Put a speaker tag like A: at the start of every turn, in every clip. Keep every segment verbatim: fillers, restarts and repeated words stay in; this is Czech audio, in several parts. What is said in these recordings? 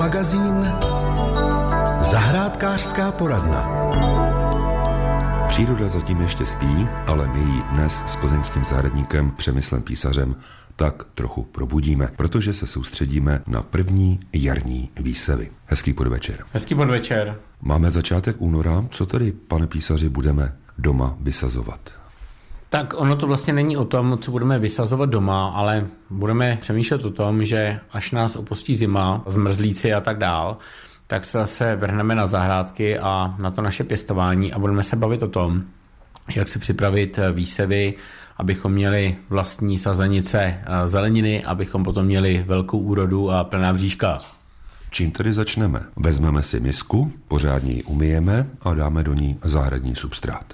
A: Magazín Zahrádkářská poradna.
B: Příroda zatím ještě spí, ale my ji dnes s plzeňským zahradníkem Přemyslem Písařem tak trochu probudíme, protože se soustředíme na první jarní výsevy. Hezký podvečer.
C: Hezký podvečer.
B: Máme začátek února, co tedy, pane písaři, budeme doma vysazovat?
C: Tak ono to vlastně není o tom, co budeme vysazovat doma, ale budeme přemýšlet o tom, že až nás opustí zima, zmrzlíci a tak dál, tak se zase vrhneme na zahrádky a na to naše pěstování a budeme se bavit o tom, jak si připravit výsevy, abychom měli vlastní sazenice zeleniny, abychom potom měli velkou úrodu a plná bříška.
B: Čím tedy začneme? Vezmeme si misku, pořádně ji umyjeme a dáme do ní zahradní substrát.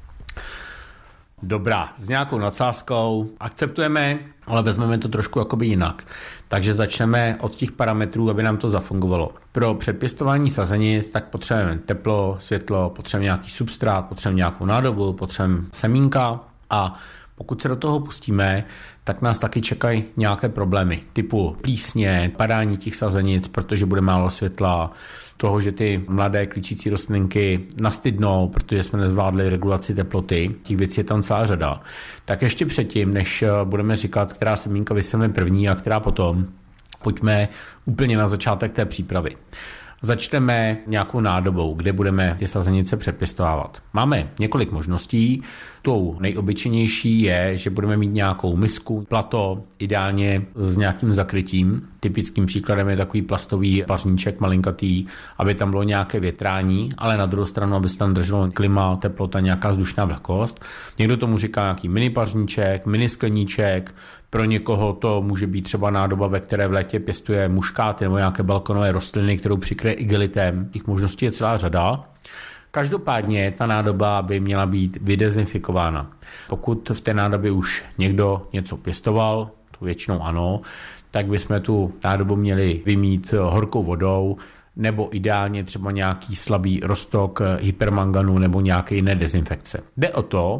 C: Dobrá, s nějakou nadsázkou, akceptujeme, ale vezmeme to trošku jakoby jinak. Takže začneme od těch parametrů, aby nám to zafungovalo. Pro předpěstování sazenic tak potřebujeme teplo, světlo, potřebujeme nějaký substrát, potřebujeme nějakou nádobu, potřebujeme semínka a pokud se do toho pustíme, tak nás taky čekají nějaké problémy typu plísně, padání těch sazenic, protože bude málo světla, toho, že ty mladé klíčící rostlinky nastydnou, protože jsme nezvládli regulaci teploty, těch věcí je tam celá řada. Tak ještě předtím, než budeme říkat, která semínka vyseme první a která potom, pojďme úplně na začátek té přípravy. Začneme nějakou nádobou, kde budeme ty sazenice předpěstovávat. Máme několik možností. Tou nejobyčejnější je, že budeme mít nějakou misku, plato, ideálně s nějakým zakrytím. Typickým příkladem je takový plastový pařníček malinkatý, aby tam bylo nějaké větrání, ale na druhou stranu, aby se tam drželo klima, teplota, nějaká vzdušná vlhkost. Někdo tomu říká nějaký mini pařníček, mini skleníček. Pro někoho to může být třeba nádoba, ve které v létě pěstuje muškáty nebo nějaké balkonové rostliny, kterou přikryje igelitem. Těch možností je celá řada. Každopádně ta nádoba by měla být vydezinfikována. Pokud v té nádobě už někdo něco pěstoval, to většinou ano, tak bychom tu nádobu měli vymýt horkou vodou nebo ideálně třeba nějaký slabý roztok hypermanganu nebo nějaké jiné dezinfekce. Jde o to,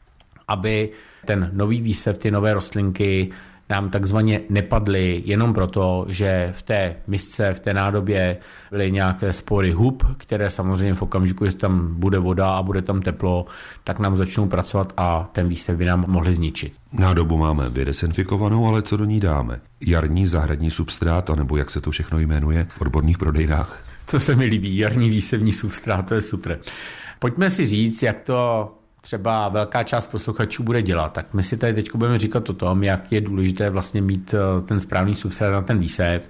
C: aby ten nový výsev, ty nové rostlinky nám takzvaně nepadly jenom proto, že v té misce, v té nádobě byly nějaké spory hub, které samozřejmě v okamžiku, že tam bude voda a bude tam teplo, tak nám začnou pracovat a ten výsev by nám mohli zničit.
B: Nádobu máme vydesinfikovanou, ale co do ní dáme? Jarní zahradní substrát, anebo jak se to všechno jmenuje v odborných prodejnách?
C: To se mi líbí, jarní výsevní substrát, to je super. Pojďme si říct, jak to třeba velká část posluchačů bude dělat. Tak my si tady teď budeme říkat o tom, jak je důležité vlastně mít ten správný substrát na ten výsev.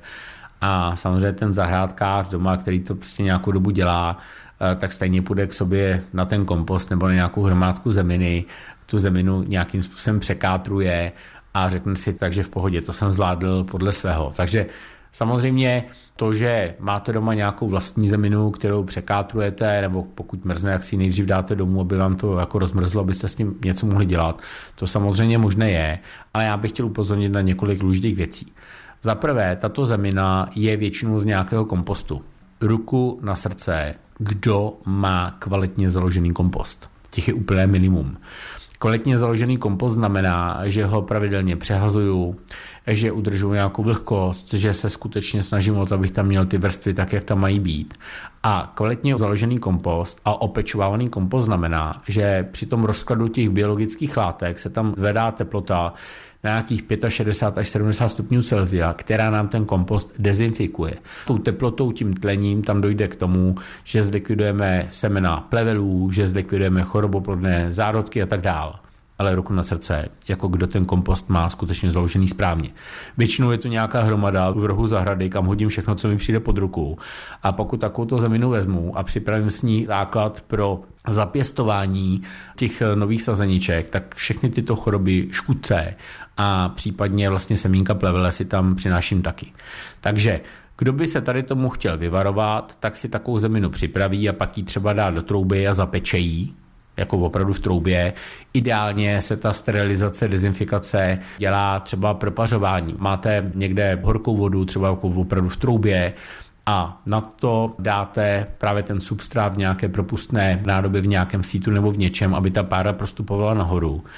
C: A samozřejmě ten zahrádkář doma, který to prostě nějakou dobu dělá, tak stejně půjde k sobě na ten kompost nebo na nějakou hromádku zeminy, tu zeminu nějakým způsobem překátruje a řekne si, takže v pohodě, to jsem zvládl podle svého. Takže samozřejmě to, že máte doma nějakou vlastní zeminu, kterou překátrujete, nebo pokud mrzne, jak si ji nejdřív dáte domů, aby vám to jako rozmrzlo, abyste s tím něco mohli dělat, to samozřejmě možné je, ale já bych chtěl upozornit na několik důležitých věcí. Za prvé, tato zemina je většinou z nějakého kompostu. Ruku na srdce, kdo má kvalitně založený kompost? Těch je úplné minimum. Kvalitně založený kompost znamená, že ho pravidelně přehazuju, že udržuju nějakou vlhkost, že se skutečně snažím o to, abych tam měl ty vrstvy tak, jak tam mají být. A kvalitně založený kompost a opečovávaný kompost znamená, že při tom rozkladu těch biologických látek se tam zvedá teplota na nějakých šedesát pět až sedmdesát stupňů Celsia, která nám ten kompost dezinfikuje. Tou teplotou, tím tlením tam dojde k tomu, že zlikvidujeme semena plevelů, že zlikvidujeme choroboplodné zárodky a tak dále. Ale ruku na srdce, jako kdo ten kompost má skutečně založený správně. Většinou je to nějaká hromada v rohu zahrady, kam hodím všechno, co mi přijde pod ruku. A pokud takovouto zeminu vezmu a připravím s ní základ pro zapěstování těch nových sazeniček, tak všechny tyto choroby, škůdce a případně vlastně semínka plevele si tam přináším taky. Takže kdo by se tady tomu chtěl vyvarovat, tak si takovou zeminu připraví a pak ji třeba dá do trouby a zapeče jí, jako opravdu v troubě. Ideálně se ta sterilizace, dezinfikace dělá třeba propařování. Máte někde horkou vodu, třeba jako opravdu v troubě, a na to dáte právě ten substrát v nějaké propustné nádobě, v nějakém sítu nebo v něčem, aby ta pára prostupovala nahoru.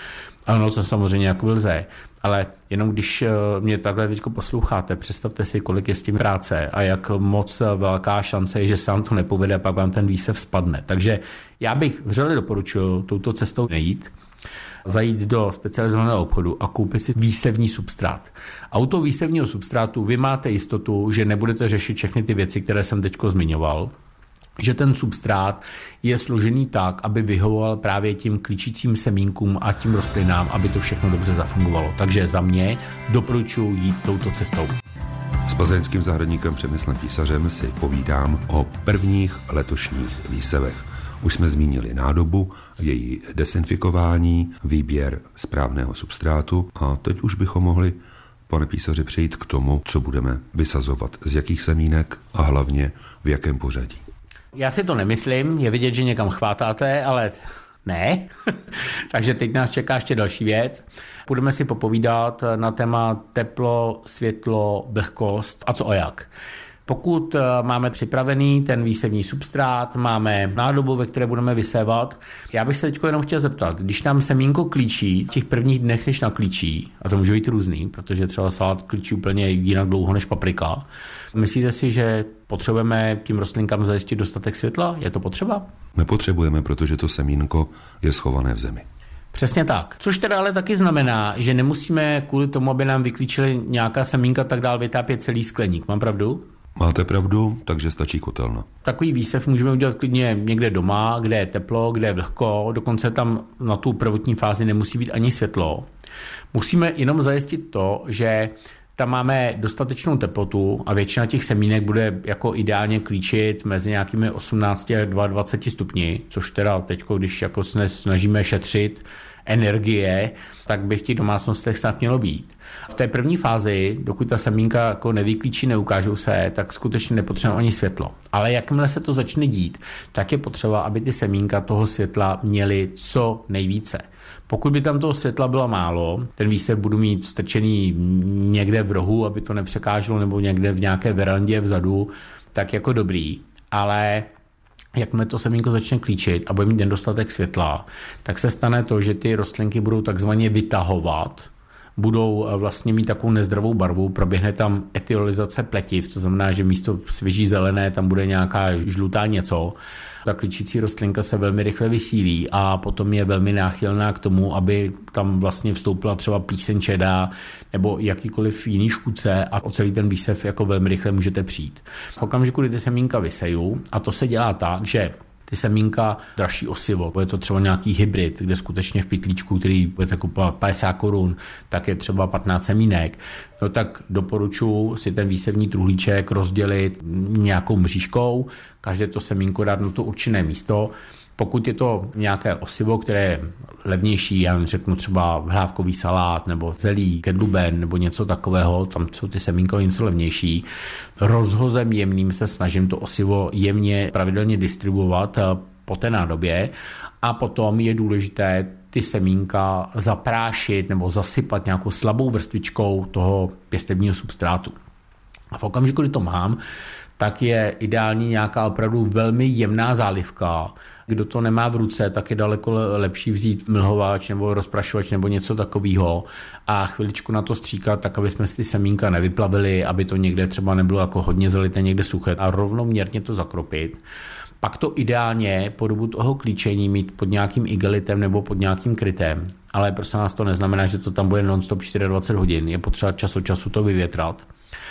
C: Ano, to samozřejmě jako lze, ale jenom když mě takhle teď posloucháte, představte si, kolik je s tím práce a jak moc velká šance je, že se vám to nepovede a pak vám ten výsev spadne. Takže já bych vřele doporučil touto cestou nejít, zajít do specializovaného obchodu a koupit si výsevní substrát. A u toho výsevního substrátu vy máte jistotu, že nebudete řešit všechny ty věci, které jsem teďko zmiňoval, že ten substrát je složený tak, aby vyhovoval právě tím klíčícím semínkům a tím rostlinám, aby to všechno dobře zafungovalo. Takže za mě doporučuji jít touto cestou.
B: S plzeňským zahradníkem Přemyslem Písařem si povídám o prvních letošních výsevech. Už jsme zmínili nádobu, její desinfikování, výběr správného substrátu a teď už bychom mohli, pane písaři, přejít k tomu, co budeme vysazovat, z jakých semínek a hlavně v jakém pořadí.
C: Já si to nemyslím, je vidět, že někam chvátáte, ale ne. Takže teď nás čeká ještě další věc. Budeme si popovídat na téma teplo, světlo, vlhkost a co a jak. Pokud máme připravený ten výsevní substrát, máme nádobu, ve které budeme vysévat, já bych se teď jenom chtěl zeptat, když nám semínko klíčí v těch prvních dnech, než naklíčí, a to může být různý, protože třeba salát klíčí úplně jinak dlouho než paprika, myslíte si, že potřebujeme tím rostlinkám zajistit dostatek světla? Je to potřeba?
B: Nepotřebujeme, protože to semínko je schované v zemi.
C: Přesně tak. Což teda ale taky znamená, že nemusíme kvůli tomu, aby nám vyklíčili nějaká semínka, tak dál vytápět celý skleník. Mám pravdu?
B: Máte pravdu, takže stačí kotelna.
C: Takový výsev můžeme udělat klidně někde doma, kde je teplo, kde je vlhko, dokonce tam na tu prvotní fázi nemusí být ani světlo. Musíme jenom zajistit to, že tam máme dostatečnou teplotu a většina těch semínek bude jako ideálně klíčit mezi nějakými osmnáct a dvacet dva stupni, což teda teď, když jako se snažíme šetřit energie, tak by v těch domácnostech snad mělo být. V té první fázi, dokud ta semínka jako nevyklíčí, neukážou se, tak skutečně nepotřebujeme ani světlo. Ale jakmile se to začne dít, tak je potřeba, aby ty semínka toho světla měly co nejvíce. Pokud by tam toho světla bylo málo, ten výsev budu mít strčený někde v rohu, aby to nepřekáželo, nebo někde v nějaké verandě vzadu, tak jako dobrý. Ale jakmile to semínko začne klíčit a bude mít nedostatek světla, tak se stane to, že ty rostlinky budou takzvaně vytahovat, budou vlastně mít takovou nezdravou barvu, proběhne tam etylolizace pletiv, to znamená, že místo svěží zelené tam bude nějaká žlutá něco. Ta klíčící rostlinka se velmi rychle vysílí a potom je velmi náchylná k tomu, aby tam vlastně vstoupila třeba plíseň čedá nebo jakýkoliv jiný škůdce a o celý ten výsev jako velmi rychle můžete přijít. V okamžiku, kdy ty semínka vysejí, a to se dělá tak, že ty semínka dražší osivo, je to třeba nějaký hybrid, kde skutečně v pytlíčku, který budete kupovat padesát korun, tak je třeba patnáct semínek, no tak doporučuji si ten výsevní truhlíček rozdělit nějakou mřížkou, každé to semínko dát na to určené místo. Pokud je to nějaké osivo, které je levnější, já řeknu třeba hlávkový salát nebo zelí, kedluben nebo něco takového, tam jsou ty semínka něco levnější. Rozhozem jemným se snažím to osivo jemně pravidelně distribuovat po té nádobě a potom je důležité ty semínka zaprášit nebo zasypat nějakou slabou vrstvičkou toho pěstebního substrátu. A v okamžiku, kdy to mám, tak je ideální nějaká opravdu velmi jemná zálivka. Kdo to nemá v ruce, tak je daleko lepší vzít mlhovač nebo rozprašovač nebo něco takového a chviličku na to stříkat, tak aby jsme si ty semínka nevyplavili, aby to někde třeba nebylo jako hodně zalité, někde suché a rovnoměrně to zakropit. Pak to ideálně po dobu toho klíčení mít pod nějakým igelitem nebo pod nějakým krytem. Ale prostě nás to neznamená, že to tam bude non-stop dvacet čtyři hodin. Je potřeba čas od času to vyvětrat.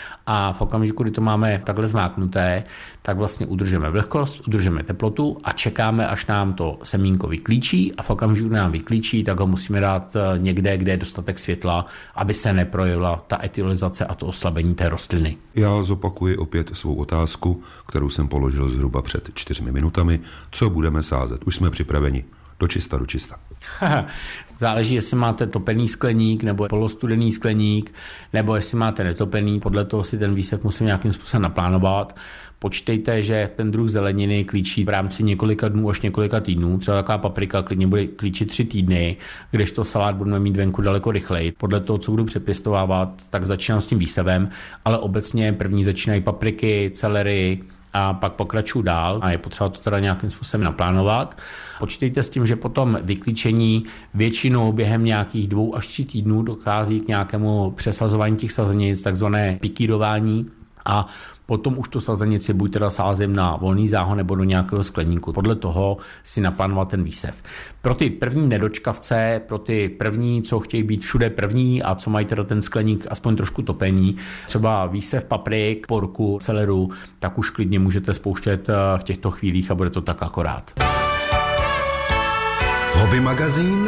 C: A v okamžiku, kdy to máme takhle zmáknuté, tak vlastně udržíme vlhkost, udržíme teplotu a čekáme, až nám to semínko vyklíčí a v okamžiku, kdy nám vyklíčí, tak ho musíme dát někde, kde je dostatek světla, aby se neprojevila ta etylolizace a to oslabení té rostliny.
B: Já zopakuji opět svou otázku, kterou jsem položil zhruba před čtyřmi minutami. Co budeme sázet? Už jsme připraveni. Do čista, do čista.
C: Záleží, jestli máte topený skleník nebo polostudený skleník, nebo jestli máte netopený, podle toho si ten výsev musím nějakým způsobem naplánovat. Počítejte, že ten druh zeleniny klíčí v rámci několika dnů až několika týdnů. Třeba taková paprika klidně bude klíčit tři týdny, kdežto salát budeme mít venku daleko rychleji. Podle toho, co budu přepěstovávat, tak začínám s tím výsevem, ale obecně první začínají papriky, celery, a pak pokračuju dál a je potřeba to teda nějakým způsobem naplánovat. Počítejte s tím, že potom vyklíčení většinou během nějakých dvou až tří týdnů dochází k nějakému přesazování těch sazenic, takzvané pikírování, a potom už tu sazenici buď teda sázím na volný záhon nebo do nějakého skleníku. Podle toho si naplánovat ten výsev. Pro ty první nedočkavce, pro ty první, co chtějí být všude první a co mají teda ten skleník aspoň trošku topený, třeba výsev paprik, porku, celeru, tak už klidně můžete spouštět v těchto chvílích a bude to tak akorát.
A: Hobby magazín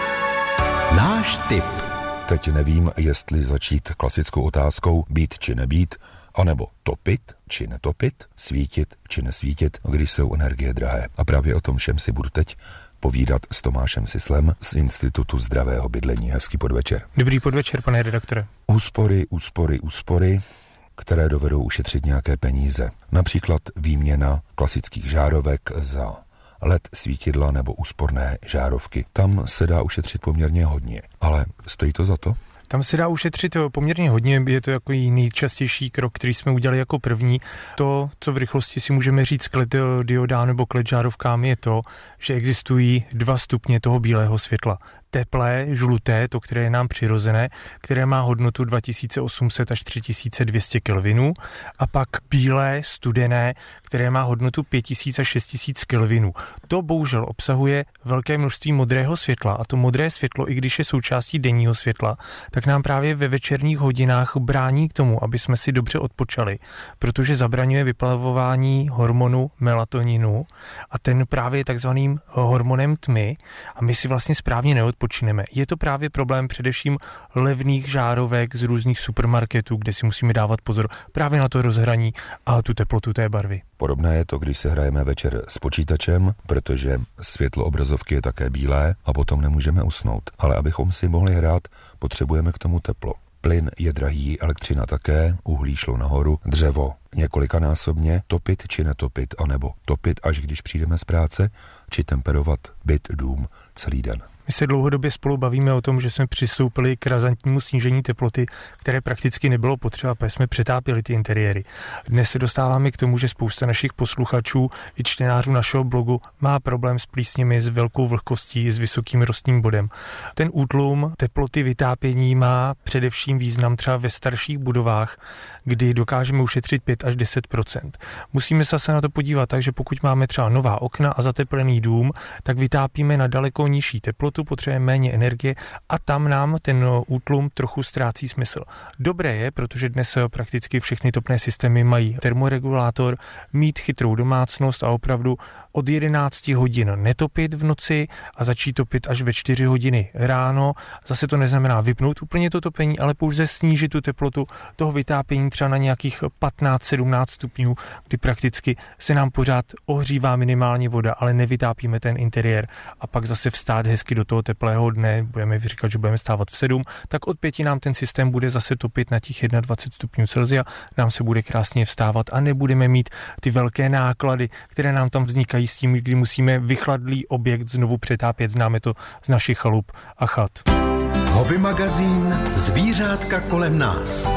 A: Náš tip.
B: Teď nevím, jestli začít klasickou otázkou být či nebýt, anebo topit či netopit, svítit či nesvítit, když jsou energie drahé. A právě o tom všem si budu teď povídat s Tomášem Sislem z Institutu zdravého bydlení. Hezký podvečer.
D: Dobrý podvečer, pane redaktore.
B: Úspory, úspory, úspory, které dovedou ušetřit nějaké peníze. Například výměna klasických žárovek za el é dé svítidla nebo úsporné žárovky. Tam se dá ušetřit poměrně hodně, ale stojí to za to?
D: Tam se dá ušetřit poměrně hodně, je to jako nejčastější krok, který jsme udělali jako první. To, co v rychlosti si můžeme říct k el é dé diodám nebo k el é dé žárovkám, je to, že existují dva stupně toho bílého světla. Teplé, žluté, to, které je nám přirozené, které má hodnotu dva tisíce osm set až tři tisíce dvě stě kelvinů, a pak bílé, studené, které má hodnotu pět tisíc až šest tisíc kelvinů. To bohužel obsahuje velké množství modrého světla, a to modré světlo, i když je součástí denního světla, tak nám právě ve večerních hodinách brání k tomu, aby jsme si dobře odpočali, protože zabraňuje vyplavování hormonu melatoninu, a ten právě je takzvaným hormonem tmy, a my si vlastně správně neodpočíváme. Počineme. Je to právě problém především levných žárovek z různých supermarketů, kde si musíme dávat pozor právě na to rozhraní a tu teplotu té barvy.
B: Podobné je to, když se hrajeme večer s počítačem, protože světlo obrazovky je také bílé a potom nemůžeme usnout. Ale abychom si mohli hrát, potřebujeme k tomu teplo. Plyn je drahý, elektřina také, uhlí šlo nahoru, dřevo několikanásobně, topit či netopit, anebo topit, až když přijdeme z práce, či temperovat byt, dům celý den.
D: My se dlouhodobě spolu bavíme o tom, že jsme přistoupili k razantnímu snížení teploty, které prakticky nebylo potřeba, protože jsme přetápěli ty interiéry. Dnes se dostáváme k tomu, že spousta našich posluchačů i čtenářů našeho blogu má problém s plísněmi, s velkou vlhkostí, s vysokým rostním bodem. Ten útlum teploty vytápění má především význam třeba ve starších budovách, kdy dokážeme ušetřit pět až deset procent. Musíme se zase na to podívat tak, že pokud máme třeba nová okna a zateplený dům, tak vytápíme na daleko nižší teplotu, potřebujeme méně energie a tam nám ten útlum trochu ztrácí smysl. Dobré je, protože dnes prakticky všechny topné systémy mají termoregulátor, mít chytrou domácnost a opravdu od jedenácti hodin netopit v noci a začít topit až ve čtyři hodiny ráno. Zase to neznamená vypnout úplně to topení, ale pouze snížit tu teplotu toho vytápění třeba na nějakých patnáct sedmnáct stupňů, kdy prakticky se nám pořád ohřívá minimálně voda, ale nevytápíme ten interiér, a pak zase vstát hezky do toho teplého dne, budeme říkat, že budeme stávat v sedm, tak od pěti nám ten systém bude zase topit na těch dvacet jedna stupňů Celsia, nám se bude krásně vstávat a nebudeme mít ty velké náklady, které nám tam vznikají s tím, kdy musíme vychladlý objekt znovu přetápět. Známe to z našich chalup a chat.
A: Hobby magazín Zvířátka kolem nás.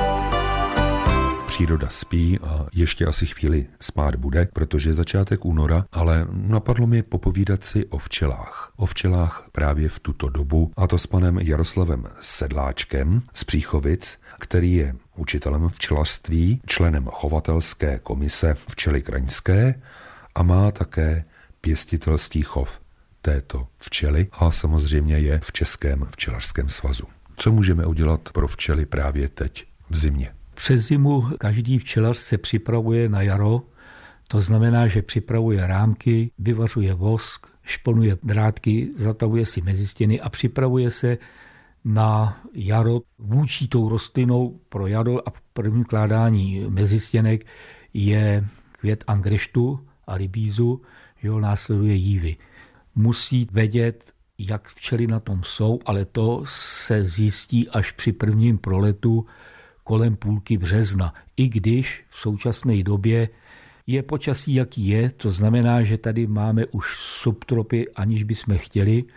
B: Příroda spí a ještě asi chvíli spát bude, protože je začátek února, ale napadlo mi popovídat si o včelách. O včelách právě v tuto dobu, a to s panem Jaroslavem Sedláčkem z Příchovic, který je učitelem včelařství, členem chovatelské komise Včely kraňské a má také pěstitelský chov této včely a samozřejmě je v Českém včelařském svazu. Co můžeme udělat pro včely právě teď v zimě?
E: Přes zimu každý včelař se připravuje na jaro, to znamená, že připravuje rámky, vyvařuje vosk, šponuje drátky, zatahuje si mezistěny a připravuje se na jaro. Vůči tou rostlinou pro jaro a první kládání mezistěnek je květ angreštu a rybízu, jo, následuje jívy. Musí vědět, jak včely na tom jsou, ale to se zjistí až při prvním proletu kolem půlky března. I když v současné době je počasí, jaký je, to znamená, že tady máme už subtropy, aniž bychom chtěli,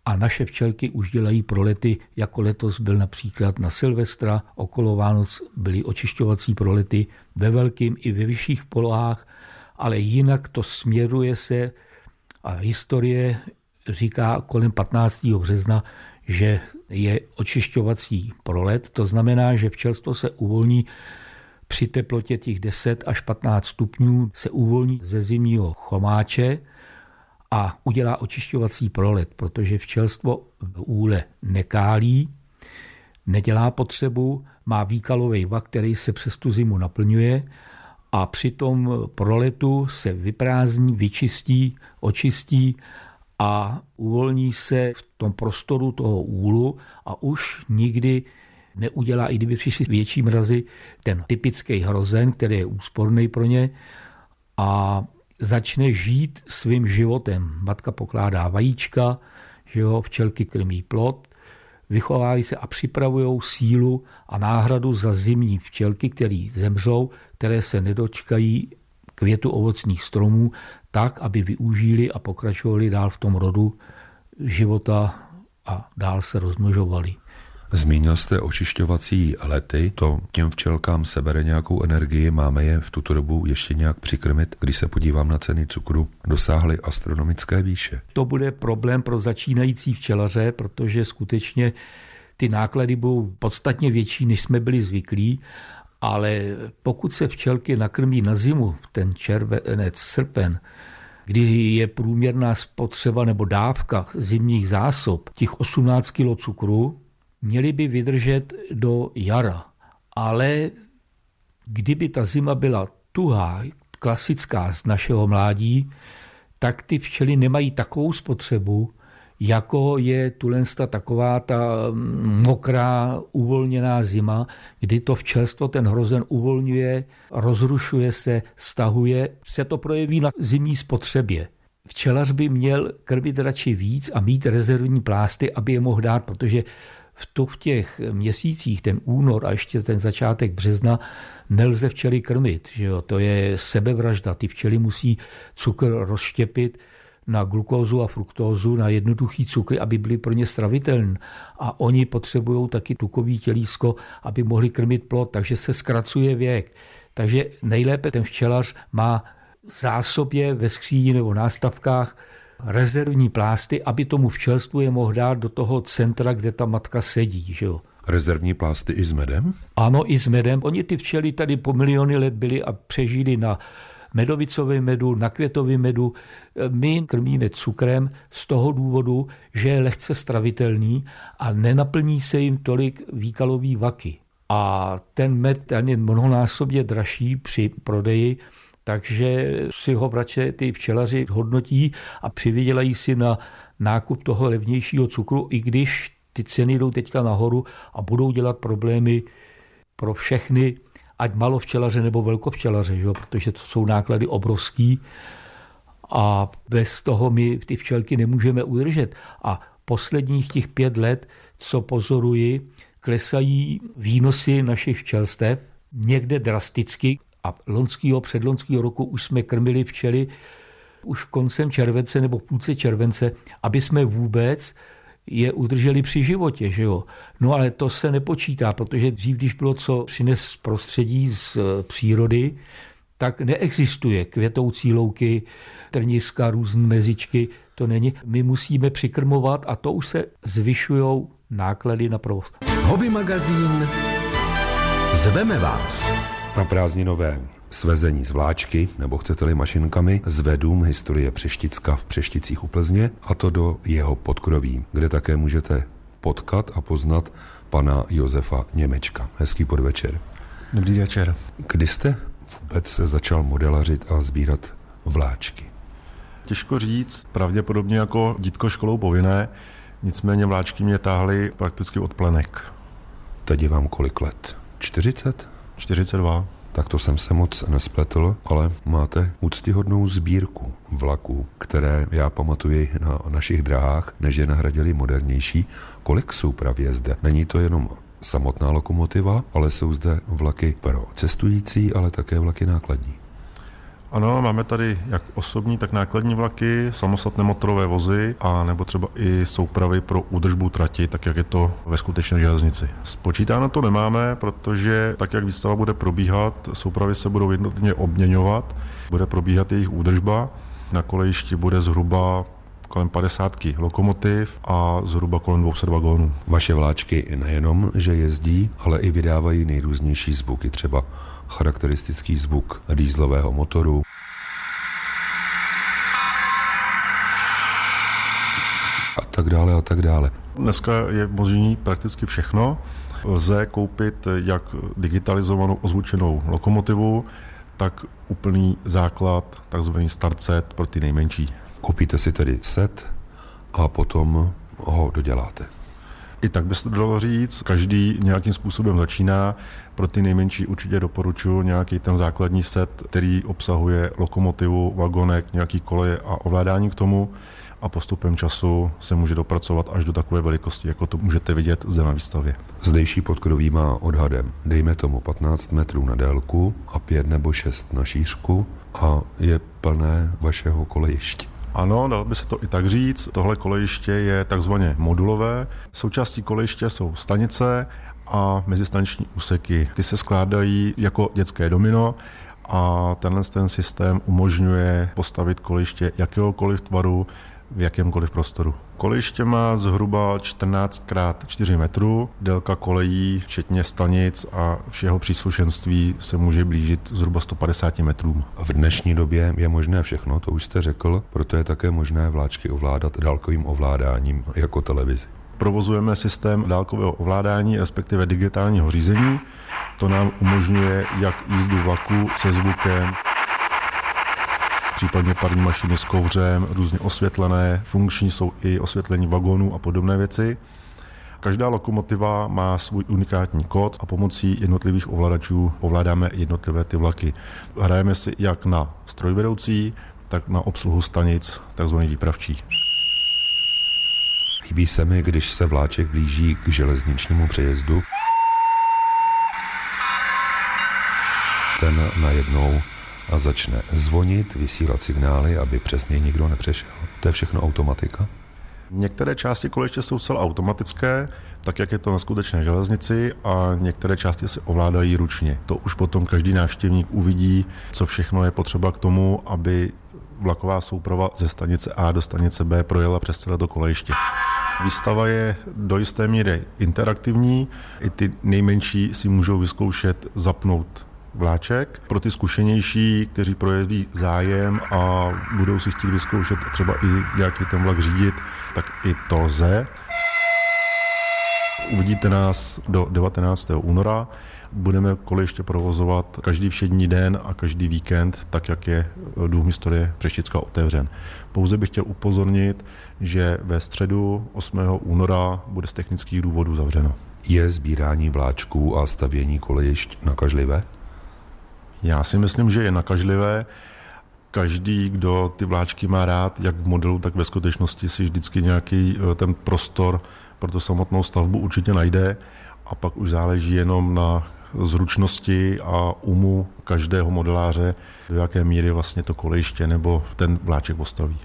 E: a naše včelky už dělají prolety, jako letos byl například na Silvestra, okolo Vánoc byly očišťovací prolety ve velkým i ve vyšších polohách, ale jinak to směruje se a historie říká kolem patnáctého března, že je očišťovací prolet, to znamená, že včelstvo se uvolní při teplotě těch deset až patnáct stupňů, se uvolní ze zimního chomáče a udělá očišťovací prolet, protože včelstvo v úle nekálí, nedělá potřebu, má výkalový vak, který se přes tu zimu naplňuje a při tom proletu se vyprázdní, vyčistí, očistí a uvolní se v tom prostoru toho úlu a už nikdy neudělá, i kdyby přišly větší mrazy, ten typický hrozen, který je úsporný pro ně a začne žít svým životem. Matka pokládá vajíčka, že jo, včelky krmí plod, vychovávají se a připravují sílu a náhradu za zimní včelky, které zemřou, které se nedočkají květu ovocných stromů, tak, aby využili a pokračovali dál v tom rodu života a dál se rozmnožovali.
B: Zmínil jste očišťovací lety, to těm včelkám sebere nějakou energii, máme je v tuto dobu ještě nějak přikrmit, když se podívám na ceny cukru, dosáhly astronomické výše.
E: To bude problém pro začínající včelaře, protože skutečně ty náklady budou podstatně větší, než jsme byli zvyklí, ale pokud se včelky nakrmí na zimu, ten červenec, srpen, kdy je průměrná spotřeba nebo dávka zimních zásob těch osmnáct kilo cukru, měli by vydržet do jara. Ale kdyby ta zima byla tuhá, klasická z našeho mládí, tak ty včely nemají takovou spotřebu, jako je tulensta taková ta mokrá, uvolněná zima, kdy to včelstvo ten hrozen uvolňuje, rozrušuje se, stahuje, se to projeví na zimní spotřebě. Včelař by měl krmit radši víc a mít rezervní plásty, aby je mohl dát, protože v, to v těch měsících, ten únor a ještě ten začátek března, nelze včely krmit. Že jo? To je sebevražda. Ty včely musí cukr rozštěpit na glukózu a fruktózu, na jednoduchý cukry, aby byly pro ně stravitelné. A oni potřebují taky tukový tělísko, aby mohli krmit plod, takže se zkracuje věk. Takže nejlépe ten včelař má v zásobě ve skříni nebo nástavkách rezervní plásty, aby tomu včelstvu je mohl dát do toho centra, kde ta matka sedí. Že jo?
B: Rezervní plásty i s medem?
E: Ano, i s medem. Oni ty včely tady po miliony let byli a přežili na medovicovém medu, na květovém medu. My krmíme cukrem z toho důvodu, že je lehce stravitelný a nenaplní se jim tolik výkalový vaky. A ten med ten je mnohonásobně dražší při prodeji, takže si ho radši ty včelaři hodnotí a přivydělají si na nákup toho levnějšího cukru, i když ty ceny jdou teďka nahoru a budou dělat problémy pro všechny, ať malovčelaře nebo velkovčelaře, že? Protože to jsou náklady obrovský a bez toho my ty včelky nemůžeme udržet. A posledních těch pět let, co pozoruji, klesají výnosy našich včelstev někde drasticky a loňského, předloňského roku už jsme krmili včely už koncem července nebo půlce července, aby jsme vůbec je udrželi při životě. Že jo? No ale to se nepočítá, protože dřív, když bylo co přines z prostředí, z přírody, tak neexistuje květoucí louky, trniska, různé mezičky, to není. My musíme přikrmovat a to už se zvyšují náklady na provoz.
A: Hobby magazín zveme vás
B: na prázdninové svezení z vláčky, nebo chcete-li mašinkami, zvedům historie Přešticka v Přešticích u Plzně, a to do jeho podkroví, kde také můžete potkat a poznat pana Josefa Němečka. Hezký podvečer.
F: Dobrý večer.
B: Kdy jste vůbec se začal modelařit a sbírat vláčky?
F: Těžko říct, pravděpodobně jako dítko školou povinné, nicméně vláčky mě táhly prakticky od plenek.
B: Teď je vám kolik let? čtyřicet?
F: čtyřicet dva.
B: Tak to jsem se moc nespletl, ale máte úctyhodnou sbírku vlaků, které já pamatuji na našich dráhách, než je nahradili modernější. Kolik jsou právě zde? Není to jenom samotná lokomotiva, ale jsou zde vlaky pro cestující, ale také vlaky nákladní.
F: Ano, máme tady jak osobní, tak nákladní vlaky, samostatné motorové vozy a nebo třeba i soupravy pro údržbu trati, tak jak je to ve skutečné železnici. Spočítáno to nemáme, protože tak, jak výstava bude probíhat, soupravy se budou jednotlivě obměňovat, bude probíhat jejich údržba. Na kolejišti bude zhruba kolem padesátky lokomotiv a zhruba kolem dvě stě vagónů.
B: Vaše vláčky nejenom, že jezdí, ale i vydávají nejrůznější zvuky, třeba charakteristický zvuk dieselového motoru, a tak dále a tak dále.
F: Dneska je možný prakticky všechno. Lze koupit jak digitalizovanou ozvučenou lokomotivu, tak úplný základ, takzvaný start set pro ty nejmenší.
B: Koupíte si tedy set a potom ho doděláte.
F: I tak by se to dalo říct, každý nějakým způsobem začíná. Pro ty nejmenší určitě doporučuji nějaký ten základní set, který obsahuje lokomotivu, vagonek, nějaký koleje a ovládání k tomu a postupem času se může dopracovat až do takové velikosti, jako to můžete vidět zde na výstavě.
B: Zdejší podkroví má odhadem, dejme tomu patnáct metrů na délku a pět nebo šest na šířku a je plné vašeho kolejiště.
F: Ano, dalo by se to i tak říct. Tohle kolejiště je takzvaně modulové. Součástí kolejiště jsou stanice a mezistaniční úseky. Ty se skládají jako dětské domino a tenhle ten systém umožňuje postavit kolejiště jakéhokoliv tvaru v jakémkoliv prostoru. Kolejiště má zhruba čtrnáct krát čtyři metrů, délka kolejí, včetně stanic a všeho příslušenství se může blížit zhruba sto padesát metrům.
B: V dnešní době je možné všechno, to už jste řekl, proto je také možné vláčky ovládat dálkovým ovládáním jako televizi.
F: Provozujeme systém dálkového ovládání, respektive digitálního řízení. To nám umožňuje jak jízdu vlaku se zvukem, případně parní mašiny s kouřem, různě osvětlené, funkční jsou i osvětlení vagónů a podobné věci. Každá lokomotiva má svůj unikátní kód a pomocí jednotlivých ovladačů ovládáme jednotlivé ty vlaky. Hrajeme si jak na strojvedoucí, tak na obsluhu stanic, takzvaný výpravčí.
B: Líbí se mi, když se vláček blíží k železničnímu přejezdu. Ten najednou a začne zvonit, vysílat signály, aby přesně nikdo nepřešel. To je všechno automatika?
F: Některé části kolejiště jsou celé automatické, tak jak je to na skutečné železnici, a některé části se ovládají ručně. To už potom každý návštěvník uvidí, co všechno je potřeba k tomu, aby vlaková souprava ze stanice A do stanice B projela přes celé to kolejiště. Výstava je do jisté míry interaktivní, i ty nejmenší si můžou vyzkoušet zapnout vláček. Pro ty zkušenější, kteří projeví zájem a budou si chtít vyzkoušet třeba i nějaký ten vlak řídit, tak i to lze. Uvidíte nás do devatenáctého února. Budeme kolejiště provozovat každý všední den a každý víkend, tak jak je Dům historie Břešticka otevřen. Pouze bych chtěl upozornit, že ve středu osmého února bude z technických důvodů zavřeno.
B: Je sbírání vláčků a stavění kolejišť nakažlivé?
F: Já si myslím, že je nakažlivé. Každý, kdo ty vláčky má rád, jak v modelu, tak ve skutečnosti si vždycky nějaký ten prostor pro tu samotnou stavbu určitě najde a pak už záleží jenom na zručnosti a umu každého modeláře, do jaké míry vlastně to kolejiště nebo ten vláček postaví.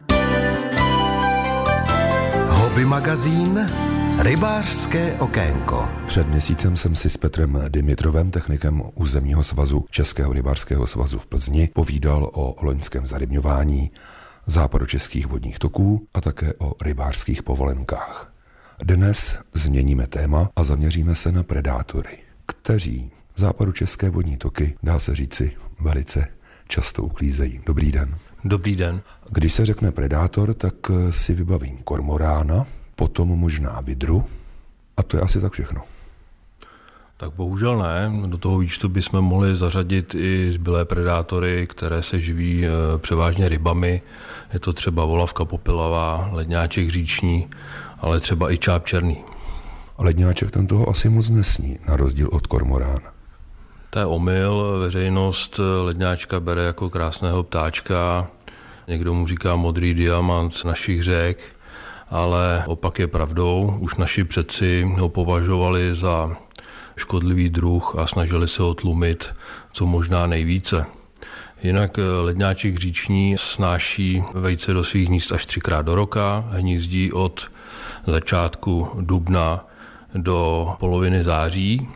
A: Hobby magazín Rybářské okénko.
B: Před měsícem jsem si s Petrem Dimitrovem, technikem územního svazu Českého rybářského svazu v Plzni, povídal o loňském zarybňování západočeských vodních toků a také o rybářských povolenkách. Dnes změníme téma a zaměříme se na predátory, kteří západočeské vodní toky, dá se říci, velice často uklízejí. Dobrý den.
G: Dobrý den.
B: Když se řekne predátor, tak si vybavím kormorána, potom možná vidru a to je asi tak všechno.
G: Tak bohužel ne. Do toho výčtu bychom mohli zařadit i zbylé predátory, které se živí převážně rybami. Je to třeba volavka popelavá, ledňáček říční, ale třeba i čáp černý.
B: Ledňáček ten toho asi moc nesní, na rozdíl od kormorána.
G: To je omyl. Veřejnost ledňáčka bere jako krásného ptáčka. Někdo mu říká modrý diamant našich řek, ale opak je pravdou. Už naši předci ho považovali za škodlivý druh a snažili se ho tlumit co možná nejvíce. Jinak ledňáček říční snáší vejce do svých hnízd až třikrát do roka, hnízdí od začátku dubna do poloviny září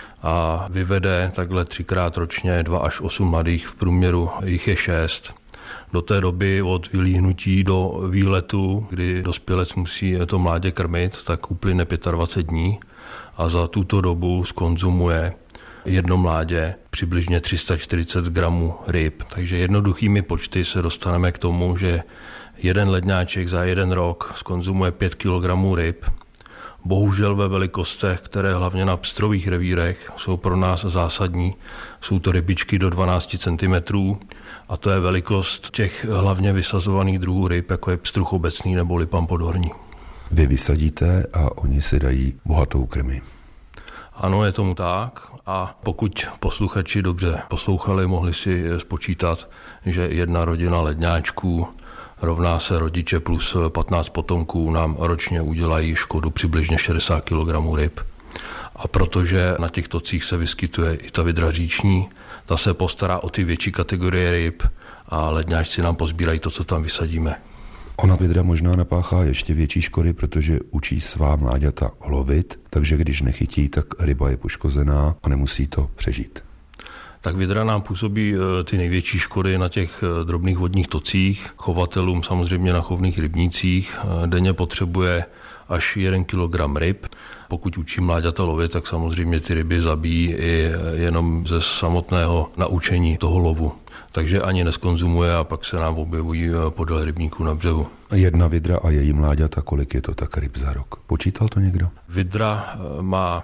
G: a vyvede takhle třikrát ročně dva až osm mladých, v průměru jich je šest. Do té doby od vylíhnutí do výletu, kdy dospělec musí to mládě krmit, tak uplyne dvacet pět dní a za tuto dobu skonzumuje jedno mládě přibližně tři sta čtyřicet gramů ryb. Takže jednoduchými počty se dostaneme k tomu, že jeden ledňáček za jeden rok skonzumuje pět kilogramů ryb. Bohužel ve velikostech, které hlavně na pstrových revírech jsou pro nás zásadní. Jsou to rybičky do dvanáct centimetrů a to je velikost těch hlavně vysazovaných druhů ryb, jako je pstruh obecný nebo lipan podhorní.
B: Vy vysadíte a oni si dají bohatou krmi.
G: Ano, je tomu tak a pokud posluchači dobře poslouchali, mohli si spočítat, že jedna rodina ledňáčků rovná se rodiče plus patnáct potomků nám ročně udělají škodu přibližně šedesát kilogramů ryb. A protože na těch tocích se vyskytuje i ta vydra říční, ta se postará o ty větší kategorie ryb a ledňáčci nám pozbírají to, co tam vysadíme.
B: Ona vydra možná napáchá ještě větší škody, protože učí svá mláďata lovit, takže když nechytí, tak ryba je poškozená a nemusí to přežít.
G: Tak vydra nám působí ty největší škody na těch drobných vodních tocích, chovatelům samozřejmě na chovných rybnících. Denně potřebuje až jeden kilogram ryb. Pokud učí mláďata lovit, tak samozřejmě ty ryby zabíjí i jenom ze samotného naučení toho lovu. Takže ani neskonzumuje a pak se nám objevují podél rybníků na břehu.
B: Jedna vydra a její mláďata, kolik je to tak ryb za rok? Počítal to někdo?
G: Vydra má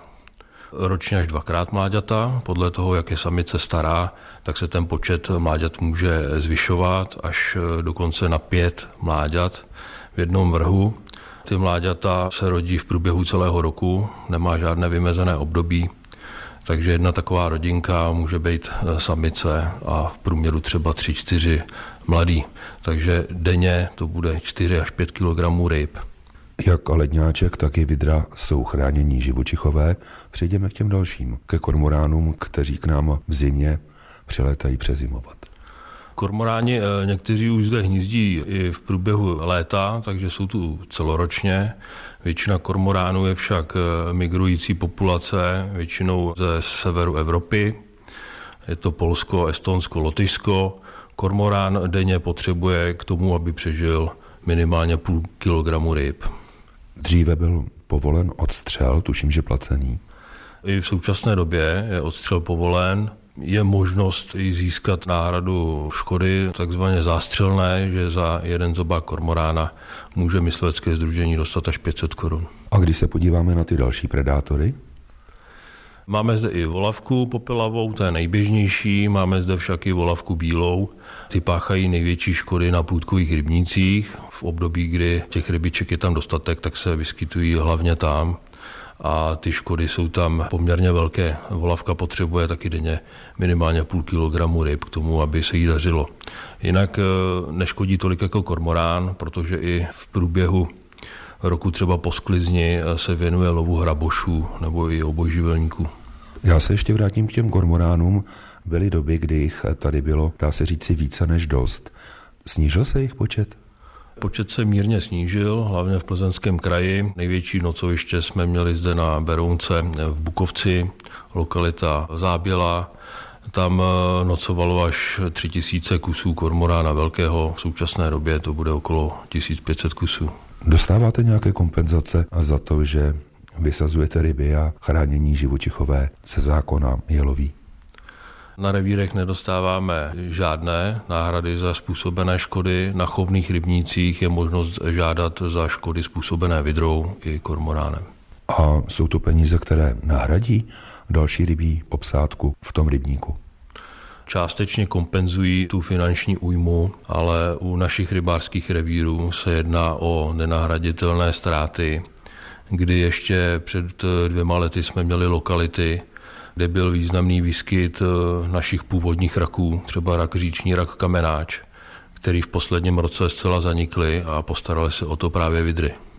G: ročně až dvakrát mláďata. Podle toho, jak je samice stará, tak se ten počet mláďat může zvyšovat až dokonce na pět mláďat v jednom vrhu. Ty mláďata se rodí v průběhu celého roku, nemá žádné vymezené období, takže jedna taková rodinka může být samice a v průměru třeba tři, čtyři mladý. Takže denně to bude čtyři až pět kilogramů ryb.
B: Jak ledňáček, tak i vydra jsou chránění živočichové. Přejdeme k těm dalším, ke kormoránům, kteří k nám v zimě přilétají přezimovat.
G: Kormoráni někteří už zde hnízdí i v průběhu léta, takže jsou tu celoročně. Většina kormoránů je však migrující populace, většinou ze severu Evropy. Je to Polsko, Estonsko, Lotyšsko. Kormorán denně potřebuje k tomu, aby přežil minimálně půl kilogramu ryb.
B: Dříve byl povolen odstřel, tuším, že placený.
G: I v současné době je odstřel povolen. Je možnost i získat náhradu škody, takzvaně zástřelné, že za jeden zobák kormorána může myslivecké sdružení dostat až pět set korun.
B: A když se podíváme na ty další predátory?
G: Máme zde i volavku popelavou, to je nejběžnější, máme zde však i volavku bílou. Ty páchají největší škody na plůdkových rybnících. V období, kdy těch rybiček je tam dostatek, tak se vyskytují hlavně tam. A ty škody jsou tam poměrně velké. Volavka potřebuje taky denně minimálně půl kilogramu ryb k tomu, aby se jí dařilo. Jinak neškodí tolik jako kormorán, protože i v průběhu roku třeba po sklizni se věnuje lovu hrabošů nebo i obojživelníků.
B: Já se ještě vrátím k těm kormoránům. Byly doby, kdy jich tady bylo, dá se říci, více než dost. Snížil se jejich počet?
G: Počet se mírně snížil, hlavně v Plzeňském kraji. Největší nocoviště jsme měli zde na Berounce v Bukovci, lokalita Záběla. Tam nocovalo až tři tisíce kusů kormorána velkého. V současné době to bude okolo tisíc pět set kusů.
B: Dostáváte nějaké kompenzace za to, že vysazujete ryby a chránění živočichové se zákona je loví?
G: Na revírech nedostáváme žádné náhrady za způsobené škody. Na chovných rybnících je možnost žádat za škody způsobené vydrou i kormoránem.
B: A jsou to peníze, které nahradí další rybí obsádku v tom rybníku?
G: Částečně kompenzují tu finanční újmu, ale u našich rybářských revírů se jedná o nenahraditelné ztráty, kdy ještě před dvěma lety jsme měli lokality, kde byl významný výskyt našich původních raků, třeba rak říční, rak kamenáč, který v posledním roce zcela zanikly a postarali se o to právě vydry.